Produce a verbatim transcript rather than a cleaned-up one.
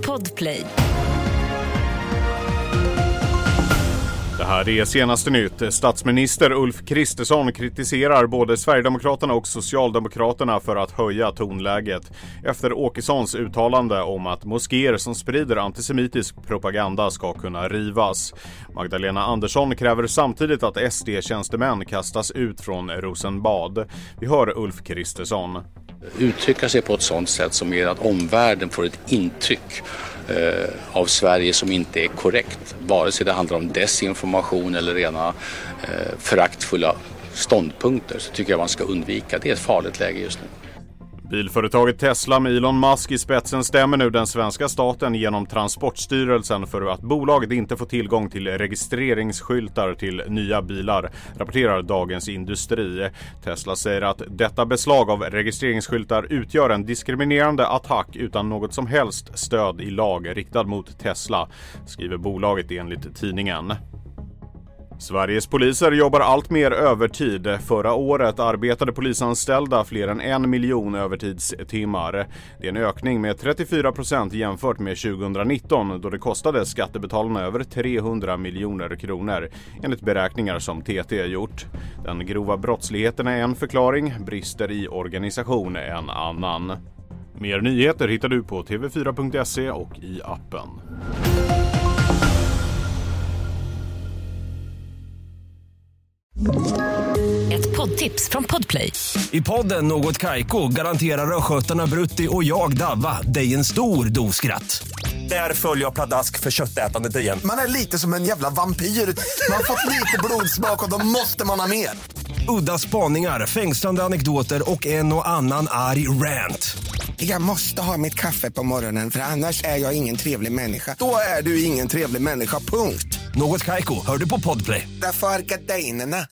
Podplay. Det här är senaste nytt. Statsminister Ulf Kristersson kritiserar både Sverigedemokraterna och Socialdemokraterna för att höja tonläget efter Åkessons uttalande om att moskéer som sprider antisemitisk propaganda ska kunna rivas. Magdalena Andersson kräver samtidigt att S D-tjänstemän kastas ut från Rosenbad. Vi hör Ulf Kristersson. Uttrycka sig på ett sådant sätt som gör att omvärlden får ett intryck eh, av Sverige som inte är korrekt. Vare sig det handlar om desinformation eller rena eh, föraktfulla ståndpunkter, så tycker jag man ska undvika. Det är ett farligt läge just nu. Bilföretaget Tesla med Elon Musk i spetsen stämmer nu den svenska staten genom Transportstyrelsen för att bolaget inte får tillgång till registreringsskyltar till nya bilar, rapporterar Dagens Industri. Tesla säger att detta beslag av registreringsskyltar utgör en diskriminerande attack utan något som helst stöd i lag riktad mot Tesla, skriver bolaget enligt tidningen. Sveriges poliser jobbar allt mer övertid. Förra året arbetade polisanställda fler än en miljon övertidstimmar. Det är en ökning med trettiofyra procent jämfört med tjugonitton då det kostade skattebetalarna över trehundra miljoner kronor, enligt beräkningar som T T gjort. Den grova brottsligheten är en förklaring, brister i organisation en annan. Mer nyheter hittar du på t v fyra punkt se och i appen. Ett poddtips från Podplay. I podden Något Kaiko garanterar röskötarna Brutti och jag Davva dig en stor doskratt. Där följer jag pladask för köttätandet igen. Man är lite som en jävla vampyr. Man har fått lite blodsmak och då måste man ha mer. Udda spaningar, fängslande anekdoter och en och annan arg rant. Jag måste ha mitt kaffe på morgonen för annars är jag ingen trevlig människa. Då är du ingen trevlig människa, punkt. Något Kaiko, hör du på Podplay. Därför är gardinerna.